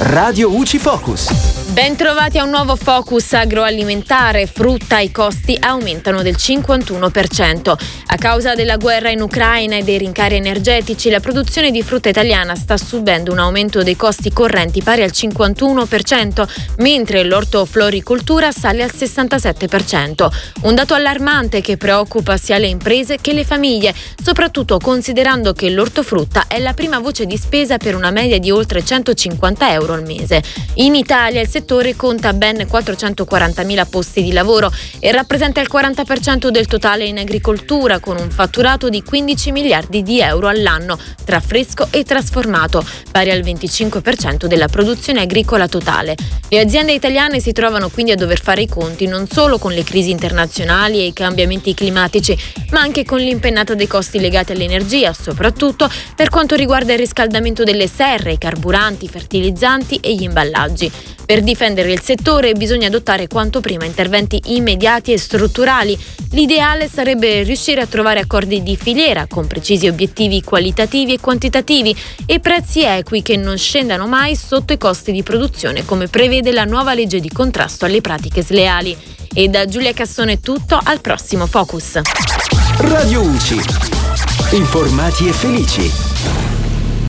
Radio UCI Focus. Ben trovati a un nuovo Focus agroalimentare. Frutta, i costi aumentano del 51%. A causa della guerra in Ucraina e dei rincari energetici, la produzione di frutta italiana sta subendo un aumento dei costi correnti pari al 51%, mentre l'ortofloricoltura sale al 67%. Un dato allarmante che preoccupa sia le imprese che le famiglie, soprattutto considerando che l'ortofrutta è la prima voce di spesa per una media di oltre 150 euro al mese. In Italia il settore conta ben 440.000 posti di lavoro e rappresenta il 40% del totale in agricoltura, con un fatturato di 15 miliardi di euro all'anno tra fresco e trasformato, pari al 25% della produzione agricola totale. Le aziende italiane si trovano quindi a dover fare i conti non solo con le crisi internazionali e i cambiamenti climatici, ma anche con l'impennata dei costi legati all'energia, soprattutto per quanto riguarda il riscaldamento delle serre, i carburanti, i fertilizzanti e gli imballaggi. Per difendere il settore bisogna adottare quanto prima interventi immediati e strutturali. L'ideale sarebbe riuscire a trovare accordi di filiera con precisi obiettivi qualitativi e quantitativi e prezzi equi che non scendano mai sotto i costi di produzione, come prevede la nuova legge di contrasto alle pratiche sleali. E da Giulia Cassone è tutto, al prossimo Focus. Radio UCI. Informati e felici.